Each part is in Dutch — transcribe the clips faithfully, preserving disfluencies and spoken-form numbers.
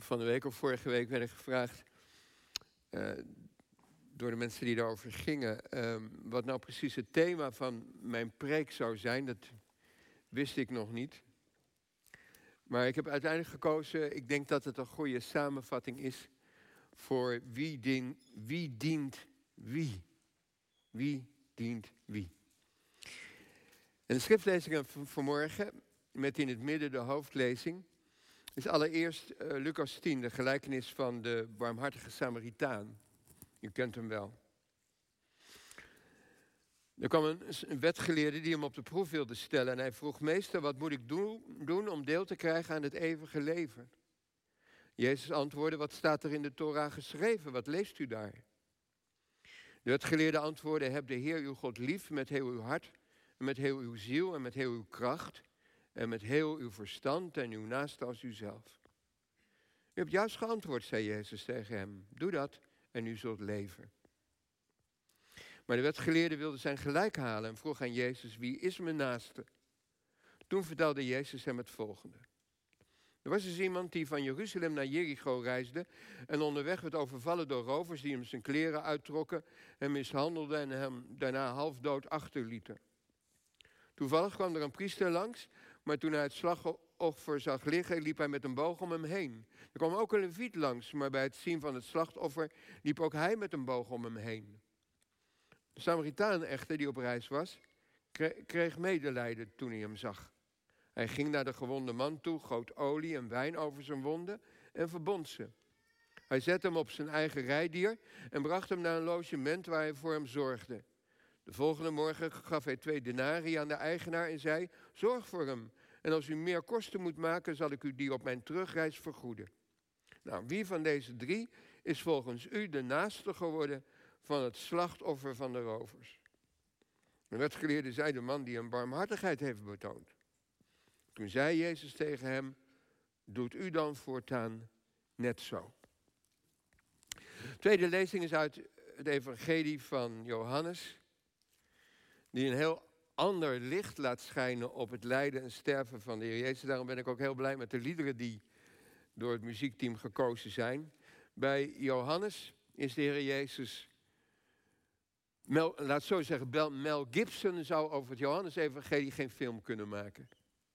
van de week of vorige week werd ik gevraagd uh, door de mensen die daarover gingen, uh, wat nou precies het thema van mijn preek zou zijn. Dat wist ik nog niet. Maar ik heb uiteindelijk gekozen, ik denk dat het een goede samenvatting is voor wie, dien, wie dient wie. Wie dient wie. En de schriftlezing van vanmorgen, met in het midden de hoofdlezing, is allereerst uh, Lucas tien, de gelijkenis van de barmhartige Samaritaan. U kent hem wel. Er kwam een, een wetgeleerde die hem op de proef wilde stellen. En hij vroeg, meester, wat moet ik doen, doen om deel te krijgen aan het eeuwige leven? Jezus antwoordde, wat staat er in de Torah geschreven? Wat leest u daar? De wetgeleerde antwoordde, heb de Heer uw God lief met heel uw hart, en met heel uw ziel en met heel uw kracht, en met heel uw verstand en uw naaste als uzelf. U hebt juist geantwoord, zei Jezus tegen hem. Doe dat en u zult leven. Maar de wetgeleerde wilde zijn gelijk halen en vroeg aan Jezus, wie is mijn naaste? Toen vertelde Jezus hem het volgende. Er was dus iemand die van Jeruzalem naar Jericho reisde en onderweg werd overvallen door rovers die hem zijn kleren uittrokken, hem mishandelden en hem daarna halfdood achterlieten. Toevallig kwam er een priester langs, maar toen hij het slachtoffer zag liggen, liep hij met een boog om hem heen. Er kwam ook een leviet langs, maar bij het zien van het slachtoffer liep ook hij met een boog om hem heen. De Samaritaan echter, die op reis was, kreeg medelijden toen hij hem zag. Hij ging naar de gewonde man toe, goot olie en wijn over zijn wonden en verbond ze. Hij zette hem op zijn eigen rijdier en bracht hem naar een logement waar hij voor hem zorgde. De volgende morgen gaf hij twee denarii aan de eigenaar en zei, zorg voor hem. En als u meer kosten moet maken, zal ik u die op mijn terugreis vergoeden. Nou, wie van deze drie is volgens u de naaste geworden van het slachtoffer van de rovers? De wetgeleerde zei, de man die een barmhartigheid heeft betoond. Toen zei Jezus tegen hem, doet u dan voortaan net zo. De tweede lezing is uit het evangelie van Johannes, die een heel ander licht laat schijnen op het lijden en sterven van de Heer Jezus. Daarom ben ik ook heel blij met de liederen die door het muziekteam gekozen zijn. Bij Johannes is de Heer Jezus, Mel, laat zo zeggen, Mel Gibson zou over het Johannes-evangelie geen film kunnen maken.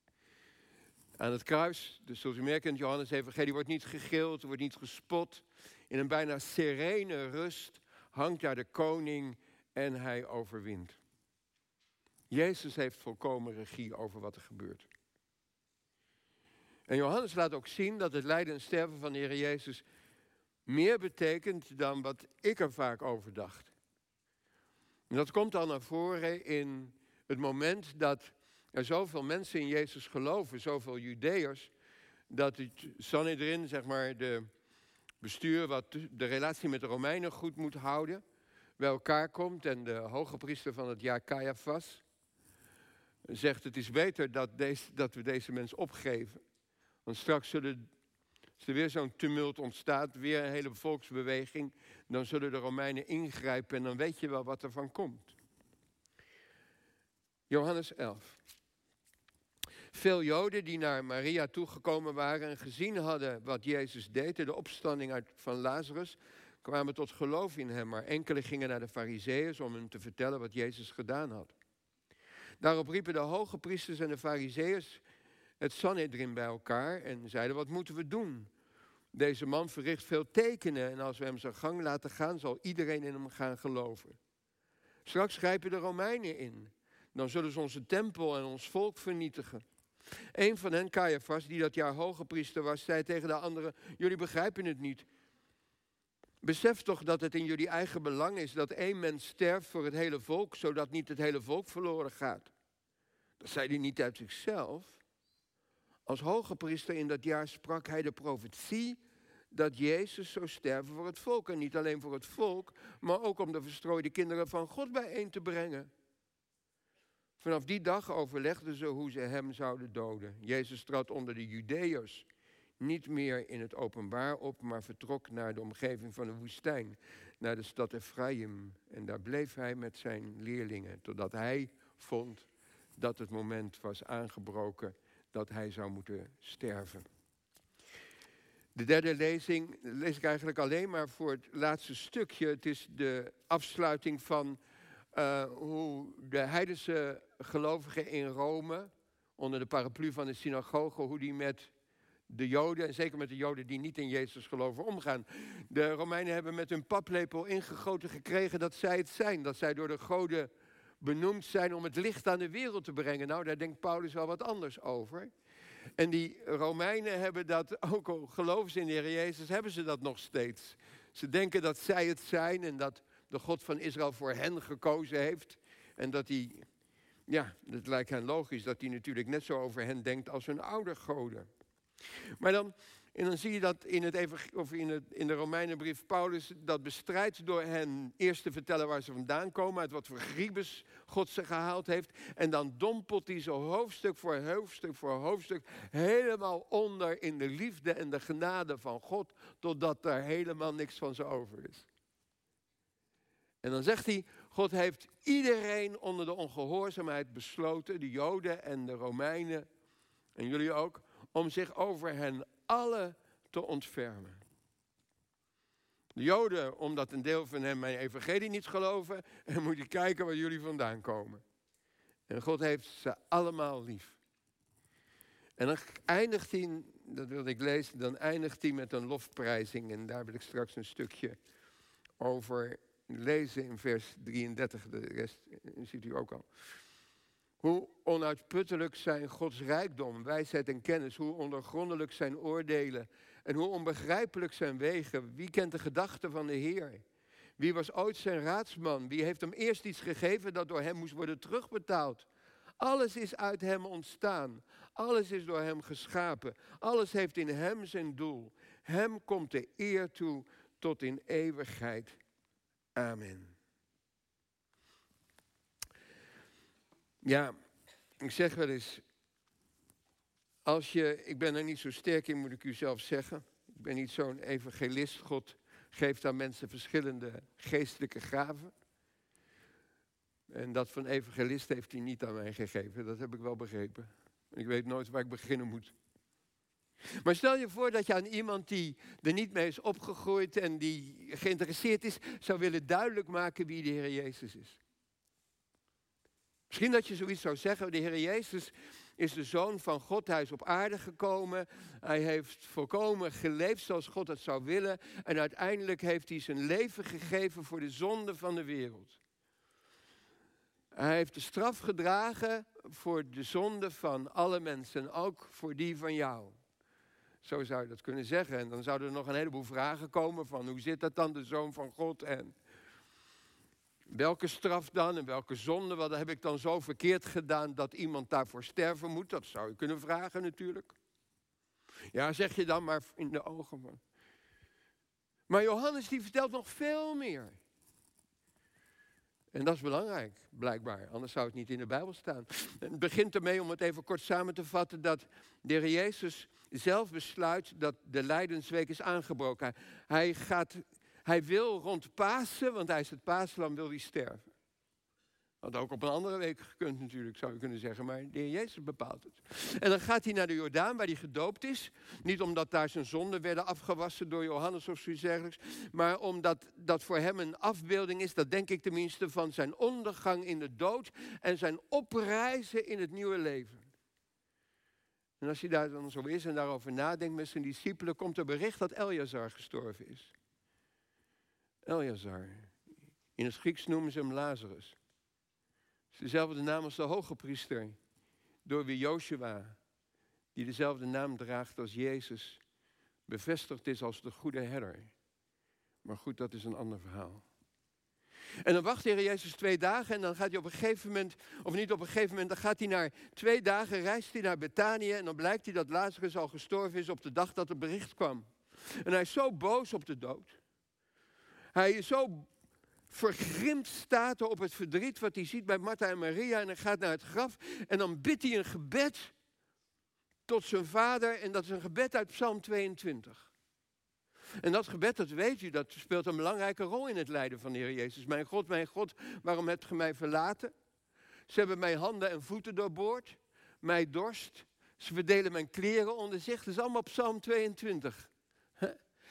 Aan het kruis, dus zoals u merkt in het Johannes-evangelie, wordt niet gegild, wordt niet gespot. In een bijna serene rust hangt daar de koning en hij overwint. Jezus heeft volkomen regie over wat er gebeurt. En Johannes laat ook zien dat het lijden en sterven van de Heer Jezus meer betekent dan wat ik er vaak over dacht. En dat komt dan naar voren in het moment dat er zoveel mensen in Jezus geloven, zoveel Judeërs, dat het Sanhedrin, zeg maar, de bestuur wat de relatie met de Romeinen goed moet houden, bij elkaar komt en de hoge priester van het jaar Caiaphas zegt, het is beter dat, deze, dat we deze mensen opgeven. Want straks zullen, als er weer zo'n tumult ontstaat, weer een hele volksbeweging, dan zullen de Romeinen ingrijpen en dan weet je wel wat er van komt. Johannes elf. Veel Joden die naar Maria toegekomen waren en gezien hadden wat Jezus deed, de opstanding uit van Lazarus, kwamen tot geloof in hem. Maar enkele gingen naar de Farizeeërs om hem te vertellen wat Jezus gedaan had. Daarop riepen de hoge priesters en de Farizeeërs het Sanhedrin bij elkaar en zeiden, wat moeten we doen? Deze man verricht veel tekenen en als we hem zijn gang laten gaan, zal iedereen in hem gaan geloven. Straks grijpen de Romeinen in. Dan zullen ze onze tempel en ons volk vernietigen. Een van hen, Caiaphas, die dat jaar hoge priester was, zei tegen de anderen, jullie begrijpen het niet. Besef toch dat het in jullie eigen belang is dat één mens sterft voor het hele volk, zodat niet het hele volk verloren gaat. Dat zei hij niet uit zichzelf. Als hoge priester in dat jaar sprak hij de profetie dat Jezus zou sterven voor het volk. En niet alleen voor het volk, maar ook om de verstrooide kinderen van God bijeen te brengen. Vanaf die dag overlegden ze hoe ze hem zouden doden. Jezus trad onder de Judeërs niet meer in het openbaar op, maar vertrok naar de omgeving van de woestijn, naar de stad Ephraim. En daar bleef hij met zijn leerlingen, totdat hij vond dat het moment was aangebroken dat hij zou moeten sterven. De derde lezing lees ik eigenlijk alleen maar voor het laatste stukje. Het is de afsluiting van uh, hoe de heidense gelovigen in Rome, onder de paraplu van de synagoge, hoe die met de Joden, en zeker met de Joden die niet in Jezus geloven, omgaan. De Romeinen hebben met hun paplepel ingegoten gekregen dat zij het zijn. Dat zij door de goden benoemd zijn om het licht aan de wereld te brengen. Nou, daar denkt Paulus wel wat anders over. En die Romeinen hebben dat, ook al geloven ze in de Heer Jezus, hebben ze dat nog steeds. Ze denken dat zij het zijn en dat de God van Israël voor hen gekozen heeft. En dat hij, ja, het lijkt hen logisch dat hij natuurlijk net zo over hen denkt als hun oude goden. Maar dan, en dan zie je dat in, het, of in, het, in de Romeinenbrief Paulus dat bestrijdt door hen eerst te vertellen waar ze vandaan komen, uit wat voor griebes God ze gehaald heeft. En dan dompelt hij zo hoofdstuk voor hoofdstuk voor hoofdstuk helemaal onder in de liefde en de genade van God, totdat er helemaal niks van ze over is. En dan zegt hij, God heeft iedereen onder de ongehoorzaamheid besloten, de Joden en de Romeinen, en jullie ook, om zich over hen allen te ontfermen. De Joden, omdat een deel van hen mijn evangelie niet geloven, en moet je kijken waar jullie vandaan komen. En God heeft ze allemaal lief. En dan eindigt hij, dat wilde ik lezen, dan eindigt hij met een lofprijzing. En daar wil ik straks een stukje over lezen in vers drieëndertig. De rest ziet u ook al. Hoe onuitputtelijk zijn Gods rijkdom, wijsheid en kennis. Hoe ondergrondelijk zijn oordelen. En hoe onbegrijpelijk zijn wegen. Wie kent de gedachten van de Heer? Wie was ooit zijn raadsman? Wie heeft hem eerst iets gegeven dat door hem moest worden terugbetaald? Alles is uit hem ontstaan. Alles is door hem geschapen. Alles heeft in hem zijn doel. Hem komt de eer toe tot in eeuwigheid. Amen. Ja, ik zeg wel eens, als je, ik ben er niet zo sterk in, moet ik u zelf zeggen. Ik ben niet zo'n evangelist. God geeft aan mensen verschillende geestelijke gaven. En dat van evangelist heeft hij niet aan mij gegeven. Dat heb ik wel begrepen. Ik weet nooit waar ik beginnen moet. Maar stel je voor dat je aan iemand die er niet mee is opgegroeid en die geïnteresseerd is, zou willen duidelijk maken wie de Heer Jezus is. Misschien dat je zoiets zou zeggen, de Heer Jezus is de Zoon van God, hij is op aarde gekomen, hij heeft volkomen geleefd zoals God het zou willen en uiteindelijk heeft hij zijn leven gegeven voor de zonde van de wereld. Hij heeft de straf gedragen voor de zonde van alle mensen, ook voor die van jou. Zo zou je dat kunnen zeggen. En dan zouden er nog een heleboel vragen komen van hoe zit dat dan, de Zoon van God? En welke straf dan en welke zonde? Wat heb ik dan zo verkeerd gedaan dat iemand daarvoor sterven moet? Dat zou je kunnen vragen natuurlijk. Ja, zeg je dan maar in de ogen van. Maar Johannes die vertelt nog veel meer. En dat is belangrijk, blijkbaar. Anders zou het niet in de Bijbel staan. Het begint ermee, om het even kort samen te vatten, dat de Heer Jezus zelf besluit dat de Lijdensweek is aangebroken. Hij, gaat, hij wil rond Pasen, want hij is het paaslam, wil hij sterven. Had ook op een andere week gekund natuurlijk, zou je kunnen zeggen. Maar de Heer Jezus bepaalt het. En dan gaat hij naar de Jordaan, waar hij gedoopt is. Niet omdat daar zijn zonden werden afgewassen door Johannes of zoiets dergelijks. Maar omdat dat voor hem een afbeelding is, dat denk ik tenminste, van zijn ondergang in de dood. En zijn oprijzen in het nieuwe leven. En als hij daar dan zo is en daarover nadenkt met zijn discipelen, komt er bericht dat Eleazar gestorven is. Eleazar. In het Grieks noemen ze hem Lazarus. Het is dezelfde naam als de hoge priester, door wie Joshua, die dezelfde naam draagt als Jezus, bevestigd is als de goede herder. Maar goed, dat is een ander verhaal. En dan wacht de Heer Jezus twee dagen en dan gaat hij op een gegeven moment, of niet op een gegeven moment, dan gaat hij naar twee dagen, reist hij naar Betanië en dan blijkt hij dat Lazarus al gestorven is op de dag dat het bericht kwam. En hij is zo boos op de dood. Hij is zo vergrimd staat op het verdriet wat hij ziet bij Martha en Maria. En hij gaat naar het graf en dan bidt hij een gebed tot zijn vader. En dat is een gebed uit Psalm tweeëntwintig. En dat gebed, dat weet u, dat speelt een belangrijke rol in het lijden van de Heer Jezus. Mijn God, mijn God, waarom hebt ge mij verlaten? Ze hebben mijn handen en voeten doorboord, mij dorst. Ze verdelen mijn kleren onder zich. Dat is allemaal Psalm tweeëntwintig.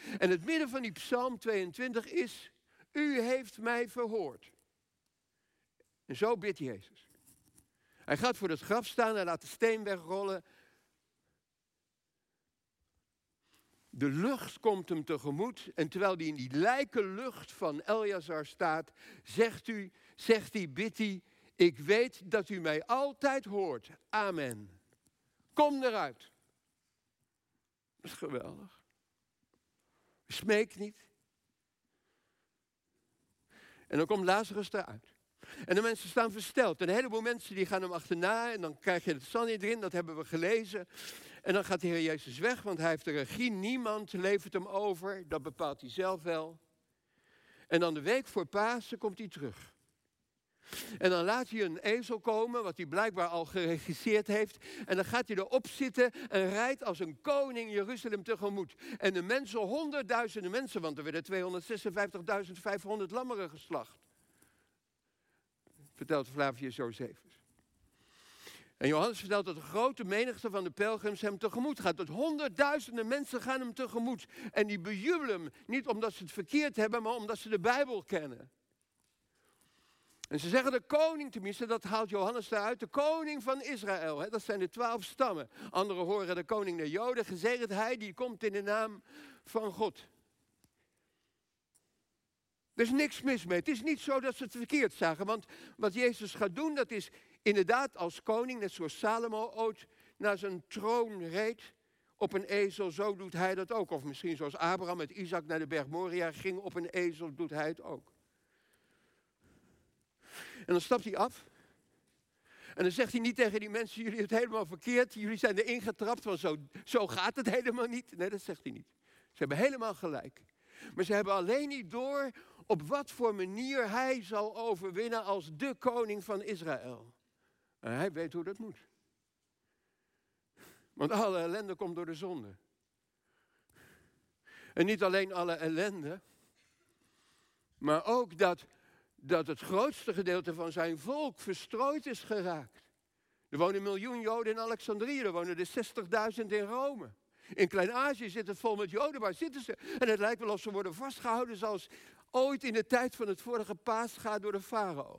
En het midden van die Psalm tweeëntwintig is, u heeft mij verhoord. En zo bidt Jezus. Hij gaat voor het graf staan, hij laat de steen wegrollen. De lucht komt hem tegemoet en terwijl hij in die lijkenlucht van Eleazar staat, zegt u, zegt hij, bidt hij, ik weet dat u mij altijd hoort. Amen. Kom eruit. Dat is geweldig. Smeek niet. En dan komt Lazarus eruit. En de mensen staan versteld. En een heleboel mensen die gaan hem achterna. En dan krijg je het Sanhedrin, dat hebben we gelezen. En dan gaat de Heer Jezus weg, want hij heeft de regie. Niemand levert hem over. Dat bepaalt hij zelf wel. En dan de week voor Pasen komt hij terug. En dan laat hij een ezel komen, wat hij blijkbaar al geregisseerd heeft. En dan gaat hij erop zitten en rijdt als een koning Jeruzalem tegemoet. En de mensen, honderdduizenden mensen, want er werden tweehonderdzesenvijftigduizend vijfhonderd lammeren geslacht. Vertelt Flavius Josephus. En Johannes vertelt dat de grote menigte van de pelgrims hem tegemoet gaat. Dat honderdduizenden mensen gaan hem tegemoet. En die bejubelen hem, niet omdat ze het verkeerd hebben, maar omdat ze de Bijbel kennen. En ze zeggen de koning, tenminste, dat haalt Johannes eruit, de koning van Israël. Hè, dat zijn de twaalf stammen. Anderen horen de koning der Joden, gezegend hij, die komt in de naam van God. Er is niks mis mee. Het is niet zo dat ze het verkeerd zagen. Want wat Jezus gaat doen, dat is inderdaad als koning, net zoals Salomo ooit naar zijn troon reed op een ezel, zo doet hij dat ook. Of misschien zoals Abraham met Isaac naar de berg Moria ging op een ezel, doet hij het ook. En dan stapt hij af. En dan zegt hij niet tegen die mensen, jullie hebben het helemaal verkeerd. Jullie zijn erin getrapt, want zo, zo gaat het helemaal niet. Nee, dat zegt hij niet. Ze hebben helemaal gelijk. Maar ze hebben alleen niet door op wat voor manier hij zal overwinnen als de koning van Israël. En hij weet hoe dat moet. Want alle ellende komt door de zonde. En niet alleen alle ellende, maar ook dat, dat het grootste gedeelte van zijn volk verstrooid is geraakt. Er wonen een miljoen Joden in Alexandrië, er wonen er zestigduizend in Rome. In Klein-Azië zit het vol met Joden, waar zitten ze? En het lijkt wel of ze worden vastgehouden zoals ooit in de tijd van het vorige Paascha door de farao.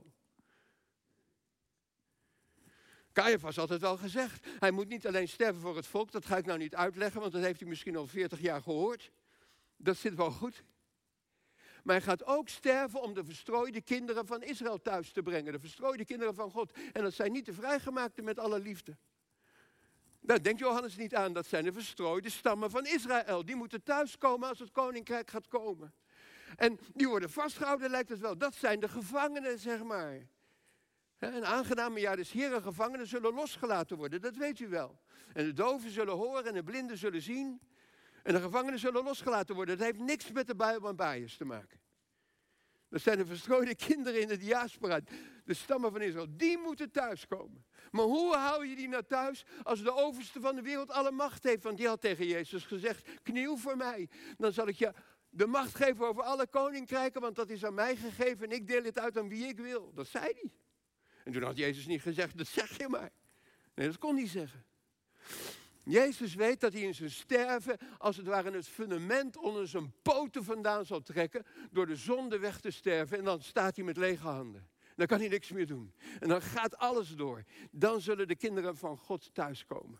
Caiaphas had het wel gezegd. Hij moet niet alleen sterven voor het volk, dat ga ik nou niet uitleggen, want dat heeft hij misschien al veertig jaar gehoord. Dat zit wel goed. Maar hij gaat ook sterven om de verstrooide kinderen van Israël thuis te brengen. De verstrooide kinderen van God. En dat zijn niet de vrijgemaakten met alle liefde. Daar denkt Johannes niet aan. Dat zijn de verstrooide stammen van Israël. Die moeten thuiskomen als het koninkrijk gaat komen. En die worden vastgehouden, lijkt het wel. Dat zijn de gevangenen, zeg maar. Een aangename jaar des Heren gevangenen zullen losgelaten worden. Dat weet u wel. En de doven zullen horen en de blinden zullen zien. En de gevangenen zullen losgelaten worden. Dat heeft niks met de Bijbel en Bias te maken. Dat zijn de verstrooide kinderen in de diaspora. De stammen van Israël. Die moeten thuiskomen. Maar hoe hou je die nou thuis als de overste van de wereld alle macht heeft? Want die had tegen Jezus gezegd, kniel voor mij. Dan zal ik je de macht geven over alle koninkrijken, want dat is aan mij gegeven en ik deel het uit aan wie ik wil. Dat zei hij. En toen had Jezus niet gezegd, dat zeg je maar. Nee, dat kon hij zeggen. Jezus weet dat hij in zijn sterven, als het ware het fundament onder zijn poten vandaan zal trekken, door de zonde weg te sterven. En dan staat hij met lege handen. Dan kan hij niks meer doen. En dan gaat alles door. Dan zullen de kinderen van God thuiskomen.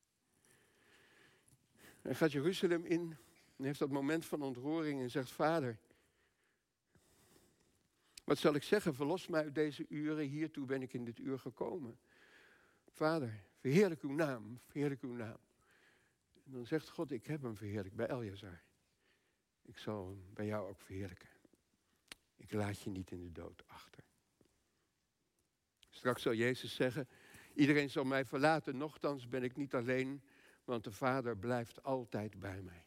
Hij gaat Jeruzalem in en heeft dat moment van ontroering en zegt, Vader, wat zal ik zeggen? Verlos mij uit deze uren. Hiertoe ben ik in dit uur gekomen. Vader, verheerlijk uw naam. Verheerlijk uw naam. En dan zegt God, ik heb hem verheerlijk bij Eleazar. Ik zal hem bij jou ook verheerlijken. Ik laat je niet in de dood achter. Straks zal Jezus zeggen, iedereen zal mij verlaten. Nochtans ben ik niet alleen, want de Vader blijft altijd bij mij.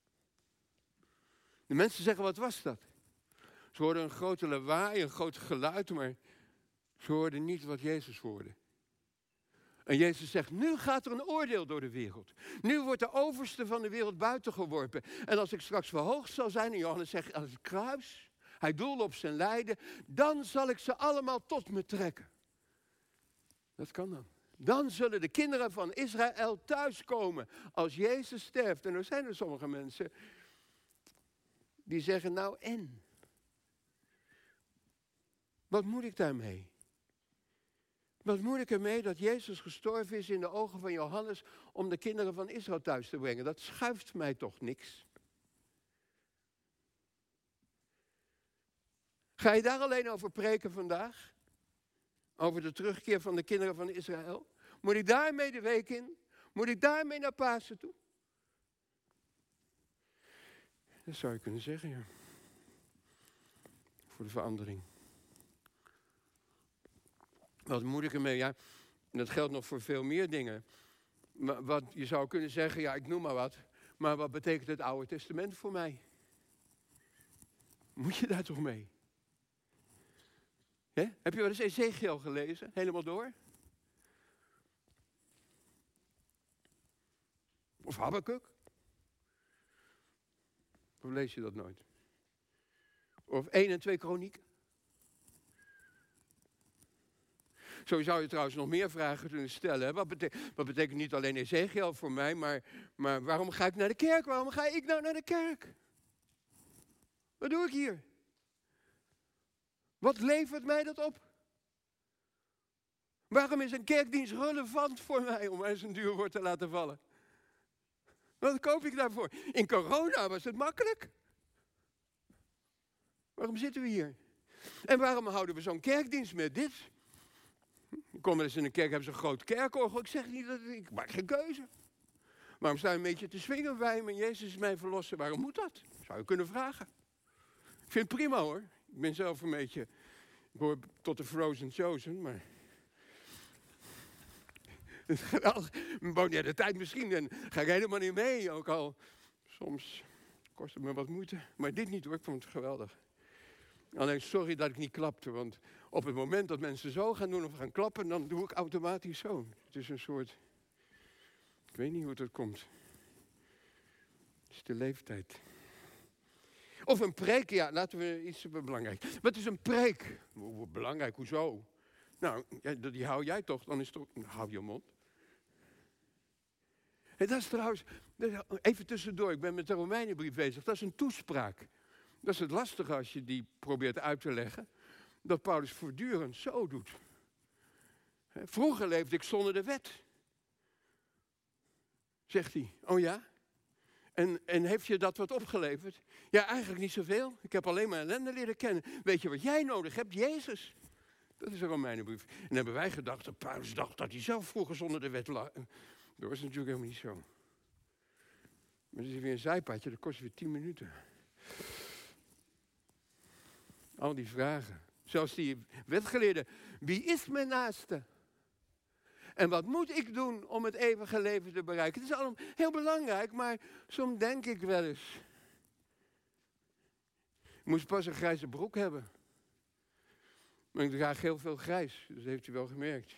De mensen zeggen, wat was dat? Ze hoorden een grote lawaai, een groot geluid, maar ze hoorden niet wat Jezus hoorde. En Jezus zegt, nu gaat er een oordeel door de wereld. Nu wordt de overste van de wereld buiten geworpen. En als ik straks verhoogd zal zijn, en Johannes zegt aan het kruis, hij doelde op zijn lijden, dan zal ik ze allemaal tot me trekken. Dat kan dan. Dan zullen de kinderen van Israël thuiskomen als Jezus sterft. En er zijn er sommige mensen Die zeggen, nou en? Wat moet ik daarmee? Wat moet ik ermee dat Jezus gestorven is in de ogen van Johannes om de kinderen van Israël thuis te brengen? Dat schuift mij toch niks? Ga je daar alleen over preken vandaag? Over de terugkeer van de kinderen van Israël? Moet ik daarmee de week in? Moet ik daarmee naar Pasen toe? Dat zou je kunnen zeggen, ja. Voor de verandering. Wat moet ik ermee? Ja, en dat geldt nog voor veel meer dingen. Maar wat, je zou kunnen zeggen, ja, ik noem maar wat. Maar wat betekent het Oude Testament voor mij? Moet je daar toch mee? He? Heb je wel eens Ezekiel gelezen? Helemaal door? Of Habakuk? Of lees je dat nooit? Of één en twee Kronieken? Zo zou je trouwens nog meer vragen kunnen stellen. Wat, betekent, wat betekent niet alleen Ezekiel voor mij, maar, maar waarom ga ik naar de kerk? Waarom ga ik nou naar de kerk? Wat doe ik hier? Wat levert mij dat op? Waarom is een kerkdienst relevant voor mij om eens een duur woord te laten vallen? Wat koop ik daarvoor? In corona was het makkelijk. Waarom zitten we hier? En waarom houden we zo'n kerkdienst met dit? Ik kom wel eens in een kerk, hebben ze een groot kerkorgel. Ik zeg niet dat ik, ik maak geen keuze. Waarom sta je een beetje te swingen bij me? Jezus is mijn verlosser. Waarom moet dat? Zou je kunnen vragen. Ik vind het prima hoor. Ik ben zelf een beetje, ik hoor tot de Frozen Chosen, maar woon je de tijd misschien en ga ik helemaal niet mee. Ook al soms kost het me wat moeite. Maar dit niet hoor, ik vond het geweldig. Alleen sorry dat ik niet klapte, want op het moment dat mensen zo gaan doen of gaan klappen, dan doe ik automatisch zo. Het is een soort, ik weet niet hoe het komt. Het is de leeftijd. Of een preek, ja, laten we iets belangrijk. Wat is een preek? Hoe belangrijk, hoezo? Nou, die hou jij toch, dan is het ook, hou je mond. En dat is trouwens, even tussendoor, ik ben met de Romeinenbrief bezig, dat is een toespraak. Dat is het lastige als je die probeert uit te leggen, dat Paulus voortdurend zo doet. Vroeger leefde ik zonder de wet, zegt hij. Oh ja? En, en heeft je dat wat opgeleverd? Ja, eigenlijk niet zoveel. Ik heb alleen maar ellende leren kennen. Weet je wat jij nodig hebt? Jezus. Dat is een Romeinenbrief. En dan hebben wij gedacht dat Paulus dacht dat hij zelf vroeger zonder de wet lag. Dat was natuurlijk helemaal niet zo. Maar dat is weer een zijpadje, dat kost weer tien minuten. Al die vragen. Zelfs die wetgeleerde. Wie is mijn naaste? En wat moet ik doen om het eeuwige leven te bereiken? Het is allemaal heel belangrijk, maar soms denk ik wel eens. Ik moest pas een grijze broek hebben. Maar ik draag heel veel grijs, dus dat heeft u wel gemerkt.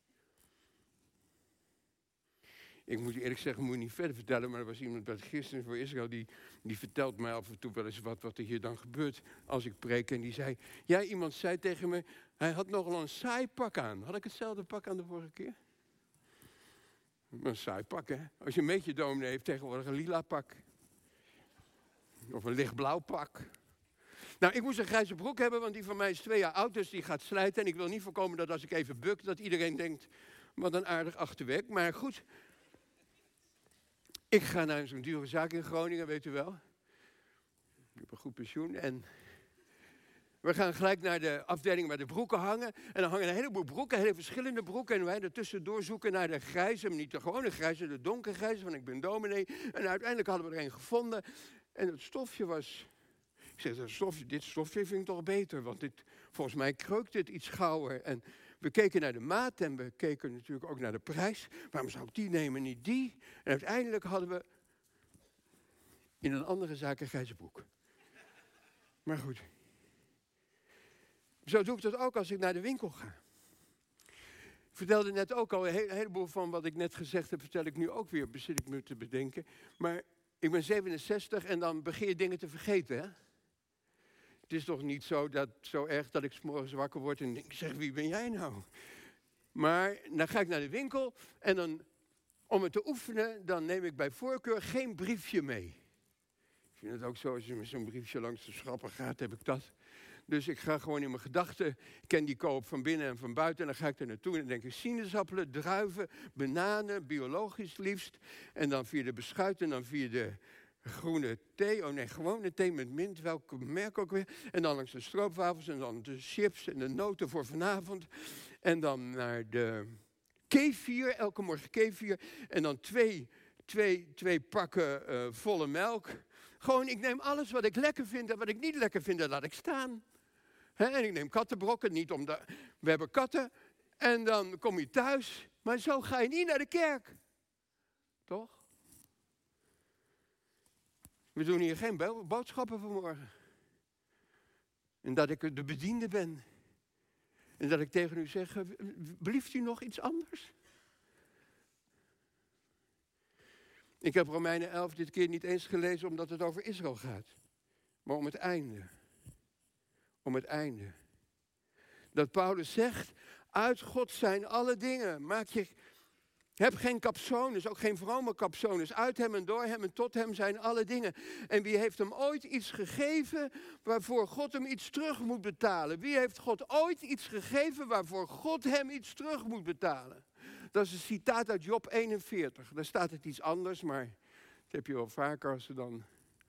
Ik moet eerlijk zeggen, moet je niet verder vertellen, maar er was iemand bij het Christen voor Israël, die, die vertelt mij af en toe wel eens wat, wat er hier dan gebeurt als ik preek. En die zei, ja, iemand zei tegen me, hij had nogal een saai pak aan. Had ik hetzelfde pak aan de vorige keer? Een saai pak, hè? Als je een beetje dominee heeft, tegenwoordig een lila pak. Of een lichtblauw pak. Nou, ik moest een grijze broek hebben, want die van mij is twee jaar oud, dus die gaat slijten. En ik wil niet voorkomen dat als ik even buk, dat iedereen denkt, wat een aardig achterwerk. Maar goed, ik ga naar zo'n dure zaak in Groningen, weet u wel. Ik heb een goed pensioen en we gaan gelijk naar de afdeling waar de broeken hangen. En dan hangen een heleboel broeken, hele verschillende broeken. En wij ertussen doorzoeken naar de grijze, maar niet de gewone grijze, de donkergrijze, want ik ben dominee. En uiteindelijk hadden we er een gevonden. En het stofje was, ik zeg, dat stofje, dit stofje vind ik toch beter, want dit, volgens mij kreukt dit iets gauwer. En we keken naar de maat en we keken natuurlijk ook naar de prijs. Waarom zou ik die nemen, niet die? En uiteindelijk hadden we in een andere zaak een grijze broek. Maar goed. Zo doe ik dat ook als ik naar de winkel ga. Ik vertelde net ook al, een heleboel van wat ik net gezegd heb, vertel ik nu ook weer, bezit ik me te bedenken. Maar ik ben zevenenzestig en dan begin je dingen te vergeten, hè? Het is toch niet zo, dat, zo erg dat ik 's morgens wakker word en denk, zeg, wie ben jij nou? Maar dan ga ik naar de winkel en dan, om het te oefenen, dan neem ik bij voorkeur geen briefje mee. Ik Ik vind het ook zo, als je met zo'n briefje langs de schappen gaat, heb ik dat. Dus ik ga gewoon in mijn gedachten, ik ken die koop van binnen en van buiten. En dan ga ik er naartoe en dan denk ik sinaasappelen, druiven, bananen, biologisch liefst. En dan via de beschuit en dan via de groene thee. Oh nee, gewone thee met mint, welke merk ook weer. En dan langs de stroopwafels en dan de chips en de noten voor vanavond. En dan naar de kefir, elke morgen kefir. En dan twee, twee, twee pakken uh, volle melk. Gewoon, ik neem alles wat ik lekker vind en wat ik niet lekker vind, dat laat ik staan. He, en ik neem kattenbrokken, niet omdat we hebben katten. En dan kom je thuis. Maar zo ga je niet naar de kerk. Toch? We doen hier geen boodschappen vanmorgen. En dat ik de bediende ben. En dat ik tegen u zeg, blieft u nog iets anders? Ik heb Romeinen elf dit keer niet eens gelezen omdat het over Israël gaat. Maar om het einde. Om het einde. Dat Paulus zegt, uit God zijn alle dingen. Maak je, heb geen capsones, ook geen vrome capsones. Uit hem en door hem en tot hem zijn alle dingen. En wie heeft hem ooit iets gegeven waarvoor God hem iets terug moet betalen? Wie heeft God ooit iets gegeven waarvoor God hem iets terug moet betalen? Dat is een citaat uit Job eenenveertig. Daar staat het iets anders, maar dat heb je wel vaker als ze dan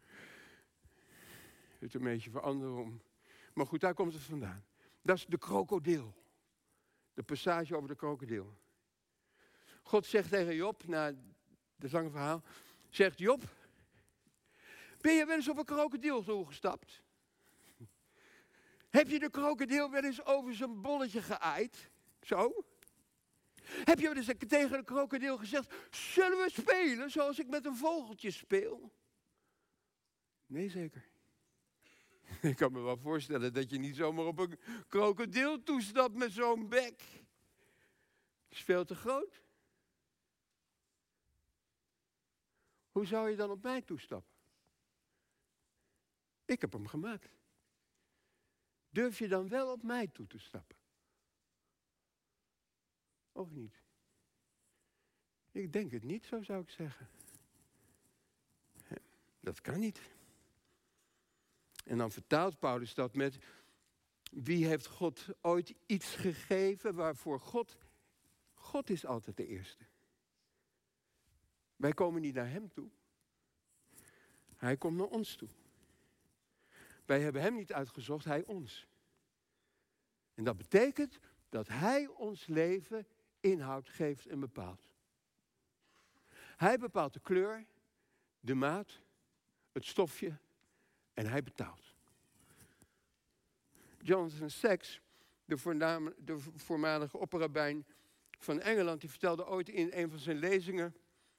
het een beetje veranderen om. Maar goed, daar komt het vandaan. Dat is de krokodil. De passage over de krokodil. God zegt tegen Job, na het lange verhaal, zegt Job, ben je wel eens op een krokodil toegestapt? Heb je de krokodil wel eens over zijn bolletje geaaid? Zo? Heb je wel eens tegen de krokodil gezegd, zullen we spelen zoals ik met een vogeltje speel? Nee, zeker. Ik kan me wel voorstellen dat je niet zomaar op een krokodil toestapt met zo'n bek. Het is veel te groot. Hoe zou je dan op mij toestappen? Ik heb hem gemaakt. Durf je dan wel op mij toe te stappen? Of niet? Ik denk het niet, zo zou ik zeggen. Dat kan niet. En dan vertaalt Paulus dat met, wie heeft God ooit iets gegeven waarvoor God, God is altijd de eerste. Wij komen niet naar hem toe. Hij komt naar ons toe. Wij hebben hem niet uitgezocht, hij ons. En dat betekent dat hij ons leven inhoud geeft en bepaalt. Hij bepaalt de kleur, de maat, het stofje en hij betaalt. Jonathan Sacks, de, voorname, de voormalige opperrabijn van Engeland, die vertelde ooit in een van zijn lezingen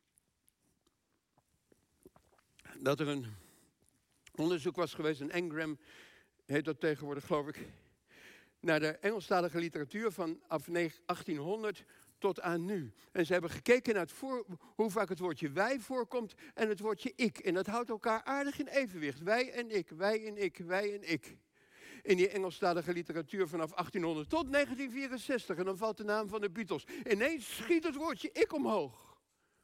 dat er een onderzoek was geweest, een Engram heet dat tegenwoordig geloof ik, naar de Engelstalige literatuur van achttienhonderd tot aan nu. En ze hebben gekeken naar het voor, hoe vaak het woordje wij voorkomt en het woordje ik. En dat houdt elkaar aardig in evenwicht. Wij en ik, wij en ik, wij en ik. In die Engelstalige literatuur vanaf achttienhonderd tot negentien vierenzestig. En dan valt de naam van de Beatles. Ineens schiet het woordje ik omhoog.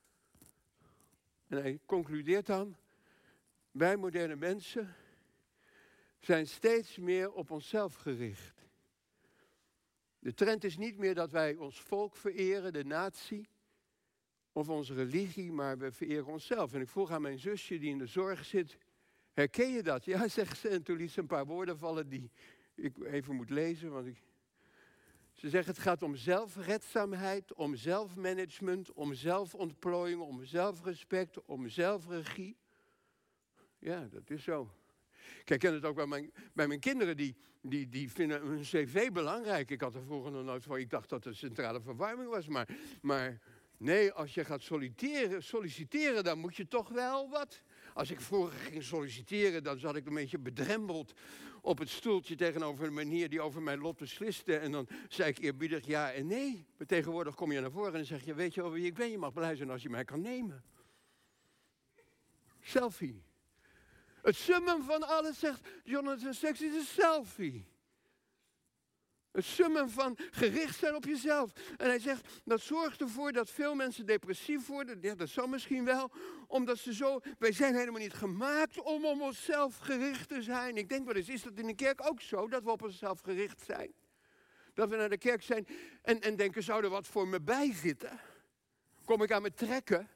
En hij concludeert dan, wij moderne mensen zijn steeds meer op onszelf gericht. De trend is niet meer dat wij ons volk vereren, de natie, of onze religie, maar we vereren onszelf. En ik vroeg aan mijn zusje die in de zorg zit, herken je dat? Ja, zegt ze, en toen liet ze een paar woorden vallen die ik even moet lezen. Want ik... Ze zegt, het gaat om zelfredzaamheid, om zelfmanagement, om zelfontplooiing, om zelfrespect, om zelfregie. Ja, dat is zo. Ik herken het ook bij mijn, bij mijn kinderen, die, die, die vinden hun cv belangrijk. Ik had er vroeger nog nooit van, ik dacht dat het centrale verwarming was. Maar, maar nee, als je gaat solliciteren, solliciteren, dan moet je toch wel wat. Als ik vroeger ging solliciteren, dan zat ik een beetje bedrempeld op het stoeltje tegenover een meneer die over mijn lot besliste. En dan zei ik eerbiedig ja en nee. Maar tegenwoordig kom je naar voren en dan zeg je, weet je wel wie ik ben? Je mag blij zijn als je mij kan nemen. Selfie. Het summum van alles, zegt Jonathan Sacks, is een selfie. Het summen van gericht zijn op jezelf. En hij zegt, dat zorgt ervoor dat veel mensen depressief worden. Ja, dat zal misschien wel. Omdat ze zo, wij zijn helemaal niet gemaakt om op onszelf gericht te zijn. Ik denk wel eens, is dat in de kerk ook zo? Dat we op onszelf gericht zijn? Dat we naar de kerk zijn en, en denken, zou er wat voor me bij zitten? Kom ik aan me trekken?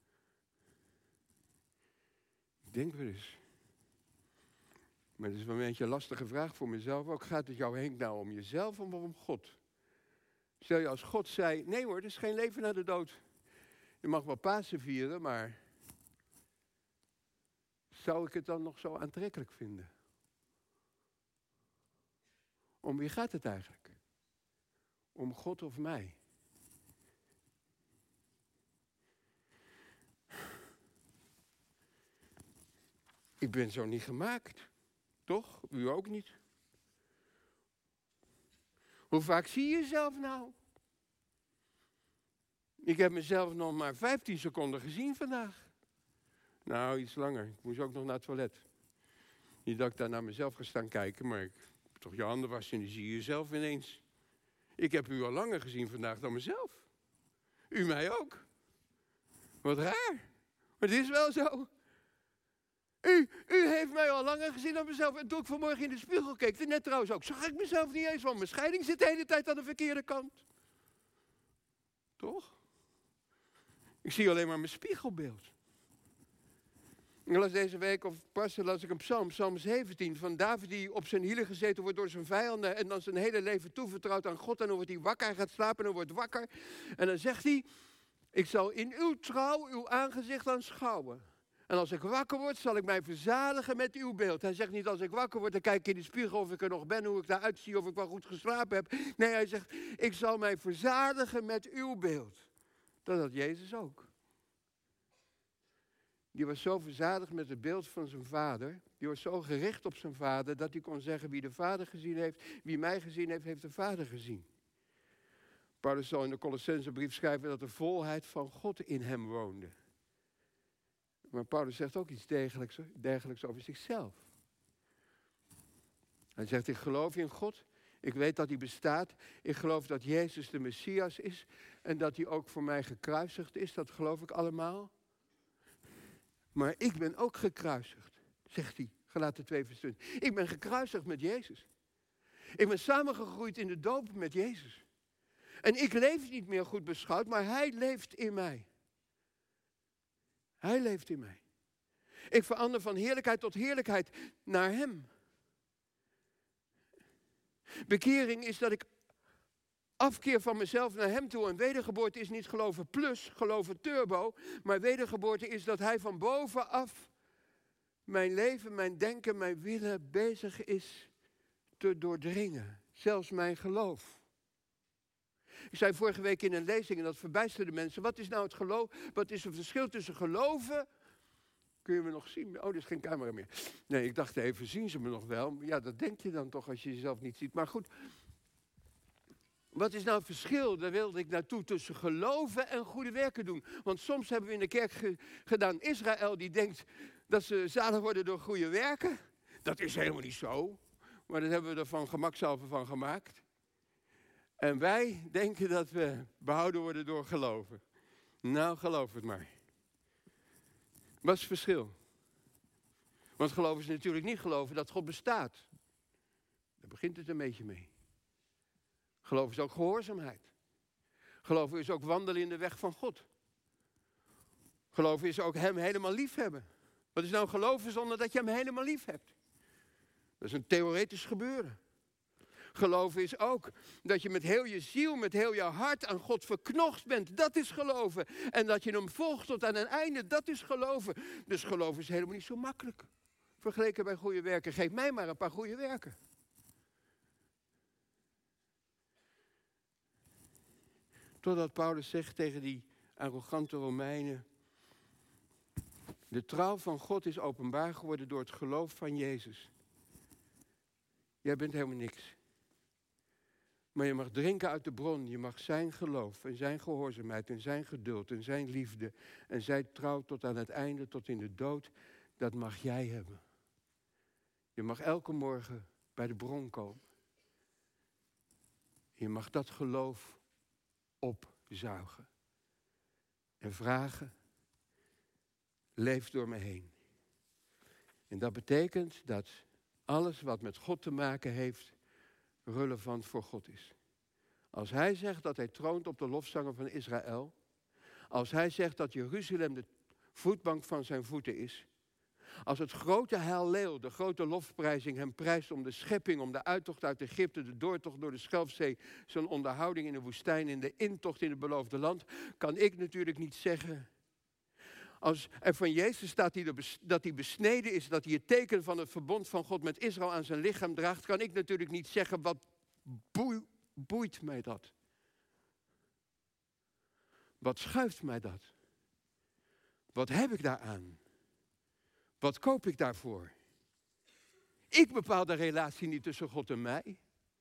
Ik denk wel eens. Maar dat is wel een beetje een lastige vraag voor mezelf ook. Gaat het jou, Henk, nou om jezelf of om God? Stel je als God zei, nee hoor, er is geen leven na de dood. Je mag wel Pasen vieren, maar zou ik het dan nog zo aantrekkelijk vinden? Om wie gaat het eigenlijk? Om God of mij? Ik ben zo niet gemaakt. Toch? U ook niet. Hoe vaak zie je jezelf nou? Ik heb mezelf nog maar vijftien seconden gezien vandaag. Nou, iets langer. Ik moest ook nog naar het toilet. Niet dat ik daar naar mezelf ga staan kijken, maar ik heb toch je handen wassen en die zie je jezelf ineens. Ik heb u al langer gezien vandaag dan mezelf. U mij ook. Wat raar. Maar het is wel zo. U, u heeft mij al langer gezien dan mezelf. En toen ik vanmorgen in de spiegel keek, en net trouwens ook, zag ik mezelf niet eens, want mijn scheiding zit de hele tijd aan de verkeerde kant. Toch? Ik zie alleen maar mijn spiegelbeeld. Ik las deze week, of pas las ik een psalm, psalm zeventien, van David die op zijn hielen gezeten wordt door zijn vijanden en dan zijn hele leven toevertrouwt aan God en dan wordt hij wakker, hij gaat slapen en dan wordt wakker. En dan zegt hij, ik zal in uw trouw uw aangezicht aanschouwen. En als ik wakker word, zal ik mij verzadigen met uw beeld. Hij zegt niet, als ik wakker word, dan kijk ik in de spiegel of ik er nog ben, hoe ik daaruit zie, of ik wel goed geslapen heb. Nee, hij zegt, ik zal mij verzadigen met uw beeld. Dat had Jezus ook. Die was zo verzadigd met het beeld van zijn vader. Die was zo gericht op zijn vader, dat hij kon zeggen, wie de vader gezien heeft, wie mij gezien heeft, heeft de vader gezien. Paulus zal in de Colossensebrief schrijven dat de volheid van God in hem woonde. Maar Paulus zegt ook iets dergelijks, dergelijks over zichzelf. Hij zegt, ik geloof in God. Ik weet dat hij bestaat. Ik geloof dat Jezus de Messias is. En dat hij ook voor mij gekruisigd is. Dat geloof ik allemaal. Maar ik ben ook gekruisigd, zegt hij. Galaten twee vers twintig. Ik ben gekruisigd met Jezus. Ik ben samengegroeid in de doop met Jezus. En ik leef niet meer goed beschouwd, maar hij leeft in mij. Hij leeft in mij. Ik verander van heerlijkheid tot heerlijkheid naar hem. Bekering is dat ik afkeer van mezelf naar hem toe. En wedergeboorte is niet geloven plus, geloven turbo. Maar wedergeboorte is dat hij van bovenaf mijn leven, mijn denken, mijn willen bezig is te doordringen. Zelfs mijn geloof. Ik zei vorige week in een lezing, en dat verbijsterde mensen. Wat is nou het geloof? Wat is het verschil tussen geloven? Kun je me nog zien? Oh, er is geen camera meer. Nee, ik dacht even, zien ze me nog wel? Ja, dat denk je dan toch als je jezelf niet ziet. Maar goed, wat is nou het verschil? Daar wilde ik naartoe tussen geloven en goede werken doen. Want soms hebben we in de kerk ge- gedaan Israël die denkt dat ze zalig worden door goede werken. Dat is helemaal niet zo. Maar dat hebben we er van gemakshalve van gemaakt. En wij denken dat we behouden worden door geloven. Nou, geloof het maar. Wat is het verschil? Want geloven is natuurlijk niet geloven dat God bestaat. Daar begint het een beetje mee. Geloven is ook gehoorzaamheid. Geloven is ook wandelen in de weg van God. Geloven is ook hem helemaal lief hebben. Wat is nou geloven zonder dat je hem helemaal lief hebt? Dat is een theoretisch gebeuren. Geloven is ook dat je met heel je ziel, met heel je hart aan God verknocht bent. Dat is geloven. En dat je hem volgt tot aan een einde, dat is geloven. Dus geloven is helemaal niet zo makkelijk. Vergeleken bij goede werken. Geef mij maar een paar goede werken. Totdat Paulus zegt tegen die arrogante Romeinen: de trouw van God is openbaar geworden door het geloof van Jezus. Jij bent helemaal niks. Maar je mag drinken uit de bron. Je mag zijn geloof en zijn gehoorzaamheid en zijn geduld en zijn liefde en zijn trouw tot aan het einde, tot in de dood. Dat mag jij hebben. Je mag elke morgen bij de bron komen. Je mag dat geloof opzuigen. En vragen, leef door me heen. En dat betekent dat alles wat met God te maken heeft, relevant voor God is. Als hij zegt dat hij troont op de lofzanger van Israël, als hij zegt dat Jeruzalem de voetbank van zijn voeten is, als het grote Halleel, de grote lofprijzing hem prijst om de schepping, om de uittocht uit Egypte, de doortocht door de Schelfzee, zijn onderhouding in de woestijn, in de intocht in het beloofde land, kan ik natuurlijk niet zeggen. Als er van Jezus staat dat hij besneden is, dat hij het teken van het verbond van God met Israël aan zijn lichaam draagt, kan ik natuurlijk niet zeggen, wat boe, boeit mij dat? Wat schuift mij dat? Wat heb ik daaraan? Wat koop ik daarvoor? Ik bepaal de relatie niet tussen God en mij.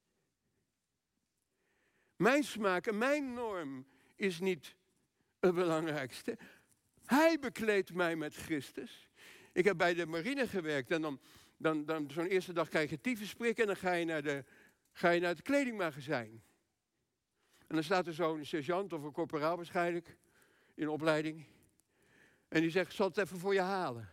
Mijn smaak en mijn norm is niet het belangrijkste. Hij bekleedt mij met Christus. Ik heb bij de marine gewerkt en dan, dan, dan zo'n eerste dag krijg je tyfusprik en dan ga je, naar de, ga je naar het kledingmagazijn. En dan staat er zo'n sergeant of een korporaal waarschijnlijk in opleiding. En die zegt, ik zal het even voor je halen.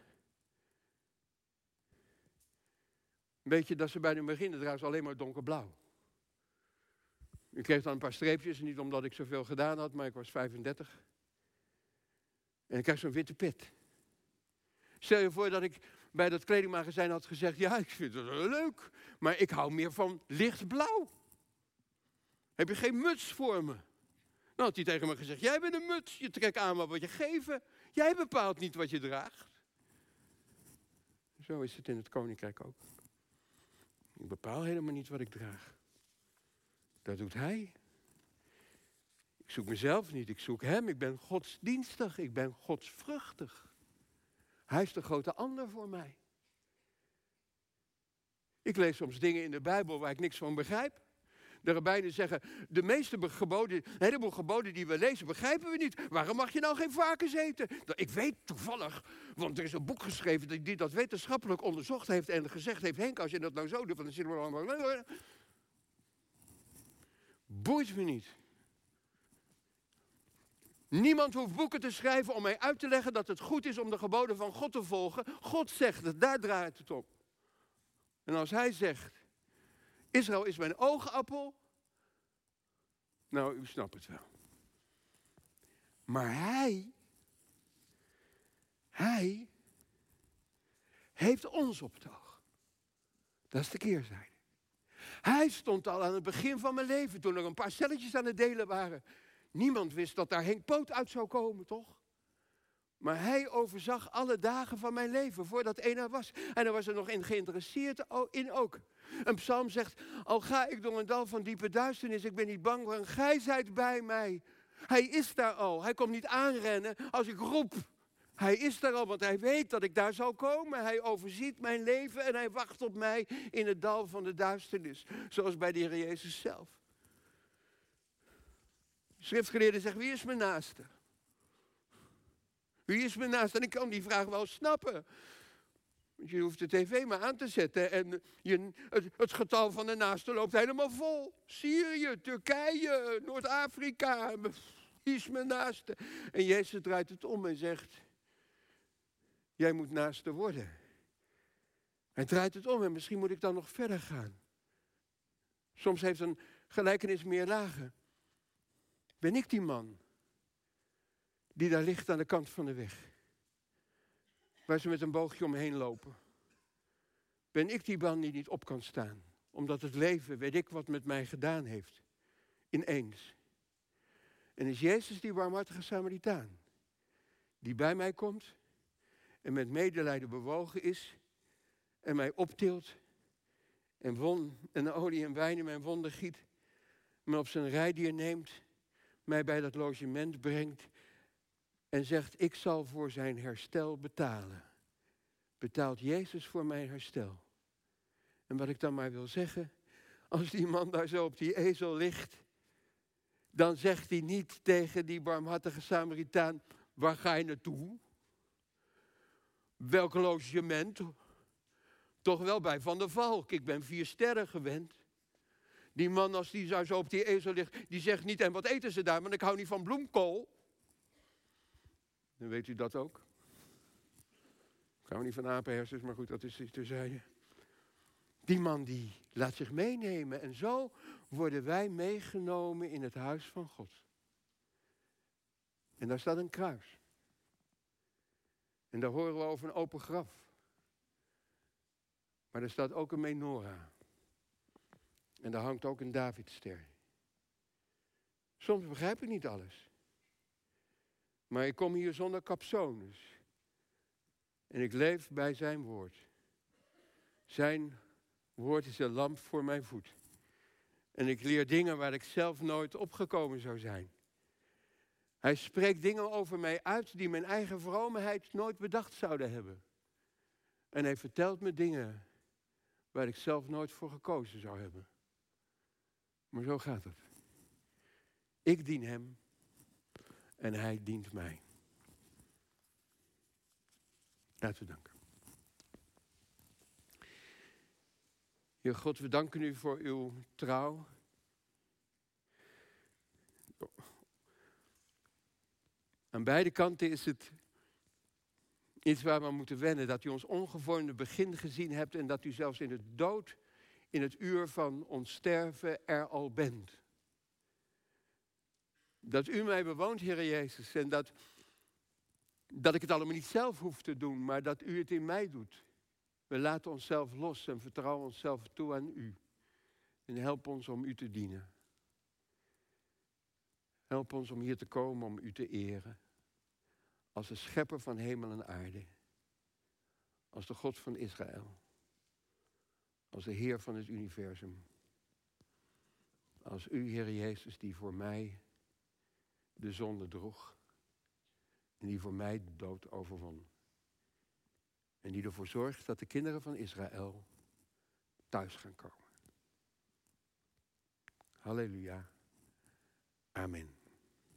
Weet je dat ze bij de marine dragen ze alleen maar donkerblauw. Ik kreeg dan een paar streepjes, niet omdat ik zoveel gedaan had, maar ik was vijfendertig. En ik kreeg zo'n witte pet. Stel je voor dat ik bij dat kledingmagazijn had gezegd, ja, ik vind het wel leuk, maar ik hou meer van lichtblauw. Heb je geen muts voor me? Dan had hij tegen me gezegd, jij bent een muts, je trekt aan wat we je geven. Jij bepaalt niet wat je draagt. Zo is het in het koninkrijk ook. Ik bepaal helemaal niet wat ik draag. Dat doet hij. Ik zoek mezelf niet, ik zoek hem. Ik ben godsdienstig, ik ben godsvruchtig. Hij is de grote ander voor mij. Ik lees soms dingen in de Bijbel waar ik niks van begrijp. De rabbijnen zeggen, de meeste geboden, een heleboel geboden die we lezen, begrijpen we niet. Waarom mag je nou geen varkens eten? Ik weet toevallig, want er is een boek geschreven die dat wetenschappelijk onderzocht heeft en gezegd heeft, Henk, als je dat nou zo doet, dan zitten we allemaal... Boeit me niet. Niemand hoeft boeken te schrijven om mij uit te leggen dat het goed is om de geboden van God te volgen. God zegt het, daar draait het om. En als hij zegt, Israël is mijn oogappel, nou, u snapt het wel. Maar hij, hij heeft ons op het oog. Dat is de keerzijde. Hij stond al aan het begin van mijn leven, toen er een paar celletjes aan het delen waren. Niemand wist dat daar Henk Poot uit zou komen, toch? Maar hij overzag alle dagen van mijn leven, voordat één er was. En hij was er nog in geïnteresseerd in ook. Een psalm zegt, al ga ik door een dal van diepe duisternis, ik ben niet bang, want gij zijt bij mij. Hij is daar al, hij komt niet aanrennen als ik roep. Hij is daar al, want hij weet dat ik daar zal komen. Hij overziet mijn leven en hij wacht op mij in het dal van de duisternis. Zoals bij de Heer Jezus zelf. De schriftgeleerde zegt, wie is mijn naaste? Wie is mijn naaste? En ik kan die vraag wel snappen. Want je hoeft de tv maar aan te zetten en je, het, het getal van de naasten loopt helemaal vol. Syrië, Turkije, Noord-Afrika. Wie is mijn naaste? En Jezus draait het om en zegt, jij moet naaste worden. Hij draait het om en misschien moet ik dan nog verder gaan. Soms heeft een gelijkenis meer lagen. Ben ik die man die daar ligt aan de kant van de weg? Waar ze met een boogje omheen lopen. Ben ik die man die niet op kan staan? Omdat het leven, weet ik wat, met mij gedaan heeft. Ineens. En is Jezus die barmhartige Samaritaan. Die bij mij komt en met medelijden bewogen is. En mij optilt. En, won, en olie en wijn in mijn wonden giet. Me op zijn rijdier neemt. Mij bij dat logement brengt. En zegt, ik zal voor zijn herstel betalen. Betaalt Jezus voor mijn herstel. En wat ik dan maar wil zeggen, als die man daar zo op die ezel ligt, dan zegt hij niet tegen die barmhartige Samaritaan, waar ga je naartoe? Welk logement? Toch wel bij Van der Valk, ik ben vier sterren gewend. Die man, als die zo op die ezel ligt, die zegt niet, en wat eten ze daar? Want ik hou niet van bloemkool. Dan weet u dat ook. Ik hou niet van apenhersens, maar goed, dat is iets terzijde. Die man die laat zich meenemen. En zo worden wij meegenomen in het huis van God. En daar staat een kruis. En daar horen we over een open graf. Maar er staat ook een menorah. En daar hangt ook een Davidster. Soms begrijp ik niet alles. Maar ik kom hier zonder capsones. En ik leef bij zijn woord. Zijn woord is een lamp voor mijn voet. En ik leer dingen waar ik zelf nooit opgekomen zou zijn. Hij spreekt dingen over mij uit die mijn eigen vroomheid nooit bedacht zouden hebben. En hij vertelt me dingen waar ik zelf nooit voor gekozen zou hebben. Maar zo gaat het. Ik dien hem en hij dient mij. Laten we danken. Heer God, we danken u voor uw trouw. Aan beide kanten is het iets waar we moeten wennen. Dat u ons ongevormde begin gezien hebt en dat u zelfs in het dood, in het uur van ons sterven er al bent. Dat u mij bewoont, Heer Jezus, en dat, dat ik het allemaal niet zelf hoef te doen, maar dat u het in mij doet. We laten onszelf los en vertrouwen onszelf toe aan u. En help ons om u te dienen. Help ons om hier te komen om u te eren. Als de schepper van hemel en aarde. Als de God van Israël. Als de Heer van het universum. Als u, Heer Jezus, die voor mij de zonde droeg. En die voor mij de dood overwon. En die ervoor zorgt dat de kinderen van Israël thuis gaan komen. Halleluja. Amen.